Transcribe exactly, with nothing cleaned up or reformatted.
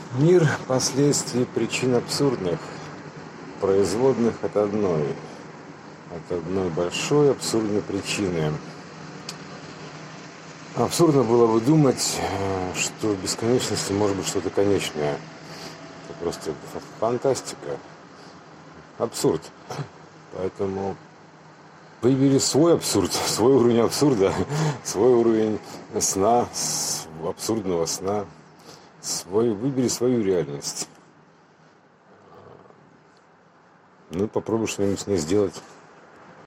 Мир последствий причин абсурдных, производных от одной, от одной большой абсурдной причины. Абсурдно было бы думать, э, что в бесконечности может быть что-то конечное. Это просто ф- фантастика, абсурд. Поэтому выбери свой абсурд, свой уровень абсурда, свой уровень сна, с- абсурдного сна, свой, выбери свою реальность. Ну, попробуй что-нибудь с ней сделать.